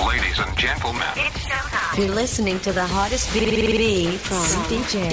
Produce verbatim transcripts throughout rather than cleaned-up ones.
Ladies and gentlemen, It's showtime. You're listening to the hottest B B B from DJ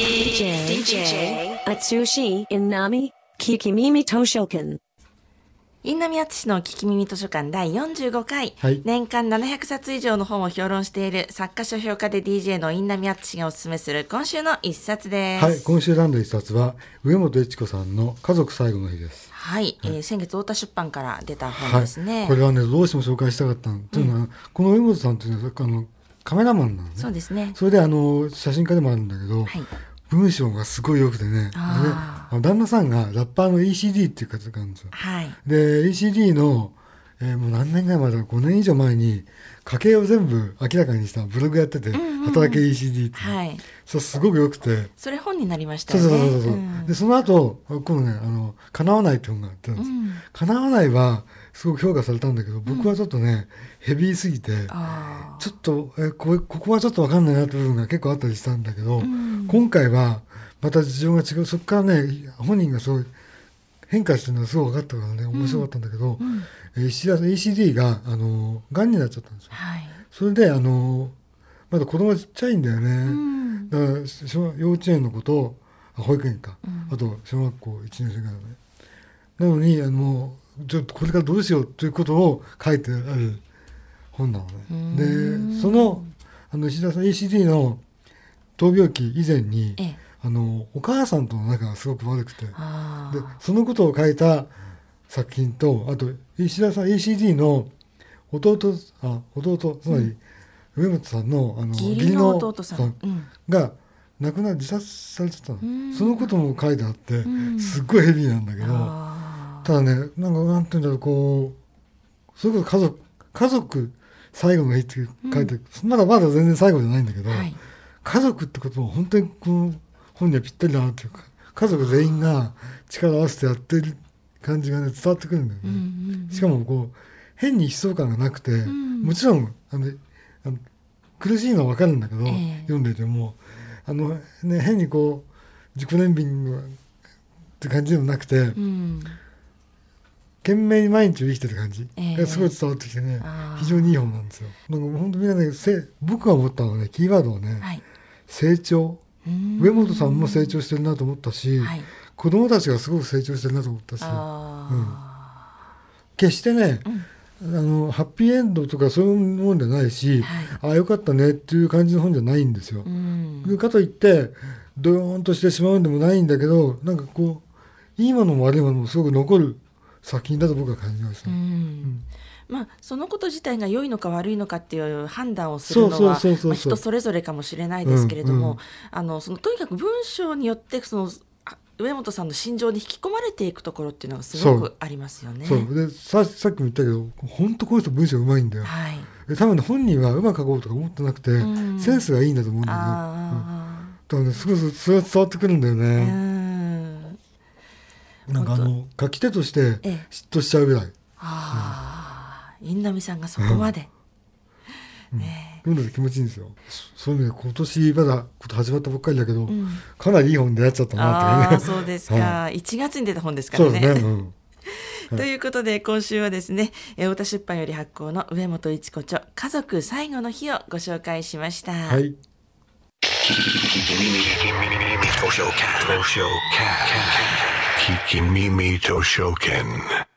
DJ DJ Atsushi Inami Kikimimi Toshokan。 印南敦の聞き耳図書館だいよんじゅうごかい、 はい、 年間ななひゃくさつ以上の本を評論している作家書評家で ディージェー の印南敦がおすすめする今週の一冊です。 はい、今週選んだ一冊は上本悦子さんの家族最後の日です。 はい、はい、えー、先月太田出版から出た本ですね。 はい、これはねどうしても紹介したかったの、うん、というのはこの上本さんというのはあのカメラマンなのね。 そうですね。 それであの写真家でもあるんだけど、はい、文章がすごい良くてね、ああ旦那さんがラッパーの イーシーディー っていう方があるんですよ。はい、で イーシーディー の、えー、もう何年ぐらい前だごねん以上前に家計を全部明らかにしたブログやってて、うんうん、働け イーシーディー って、はい、それすごく良くてそれ本になりましたよね。 そうそうそうそう、うん、でその後今度ねあの叶わないって本があってるんです、うん、叶わないはすごく評価されたんだけど僕はちょっとね、うん、ヘビーすぎてちょっとえこここはちょっと分かんないなって部分が結構あったりしたんだけど、うん、今回はまた事情が違う。そこからね本人がすごい変化してるのがすごい分かったからね面白かったんだけど、うんうん、石田さん イーシーディー があのがんになっちゃったんですよ、はい、それであのまだ子供がちっちゃいんだよね、うん、だから小幼稚園の子と保育園か、うん、あと小学校いちねん生ぐらいのねなのにあのちょっとこれからどうしようということを書いてある本なのね。でそのあの石田さん イーシーディー の闘病期以前に、ええあのお母さんとの仲がすごく悪くてでそのことを書いた作品とあと石田さん イーシーディー の弟あ弟つまり上本さんのあの義理の弟さんが亡くなり自殺されちゃったの。そのことも書いてあってすっごいヘビーなんだけどただねなんかなんていうんだろうこうそれこそ家族家族最後の日って書いて、うん、まだまだ全然最後じゃないんだけど、はい、家族ってことも本当にこう本にはぴったりだなというか家族全員が力を合わせてやってる感じがね伝わってくるんだよね、うんうんうん、しかもこう変に悲壮感がなくて、うん、もちろんあのあの苦しいのは分かるんだけど、えー、読んでてもあの、ね、変にこう自己憐憫って感じでもなくて、うん、懸命に毎日を生きてる感じがすごい伝わってきてね、えー、非常にいい本なんですよ。なんか本当みんなね僕が思ったのはねキーワードはね、はい、成長上本さんも成長してるなと思ったし、はい、子供たちがすごく成長してるなと思ったし、うん、決してね、うん、あのハッピーエンドとかそういうもんじゃないし、はい、ああよかったねっていう感じの本じゃないんですよ、うん、かといってドヨーンとしてしまうんでもないんだけどなんかこういいものも悪いものもすごく残る作品だと僕は感じました、うんうんまあ、そのこと自体が良いのか悪いのかっていう判断をするのは人それぞれかもしれないですけれども、うんうん、あのそのとにかく文章によってその上本さんの心情に引き込まれていくところっていうのがすごくありますよね。 そうそうで さ, さっきも言ったけど本当この人文章うまいんだよ、はい、多分、ね、本人はうまく書こうとか思ってなくて、うん、センスがいいんだと思うんだよね、うん、だからねすごくそれは伝わってくるんだよね、うんなんかあの書き手として嫉妬しちゃうぐらい、ええあうん、印南さんがそこまで、 うんね、読んでて気持ちいいんですよ。そういう意味で今年まだこと始まったばっかりだけど、うん、かなりいい本に出会っちゃったなってね。 あそうですか、はい、いちがつに出た本ですからね。そうですね、うんはい、ということで今週はですね太田出版より発行の上本一子著家族最後の日をご紹介しました。はい。 Kikimimi Toshoken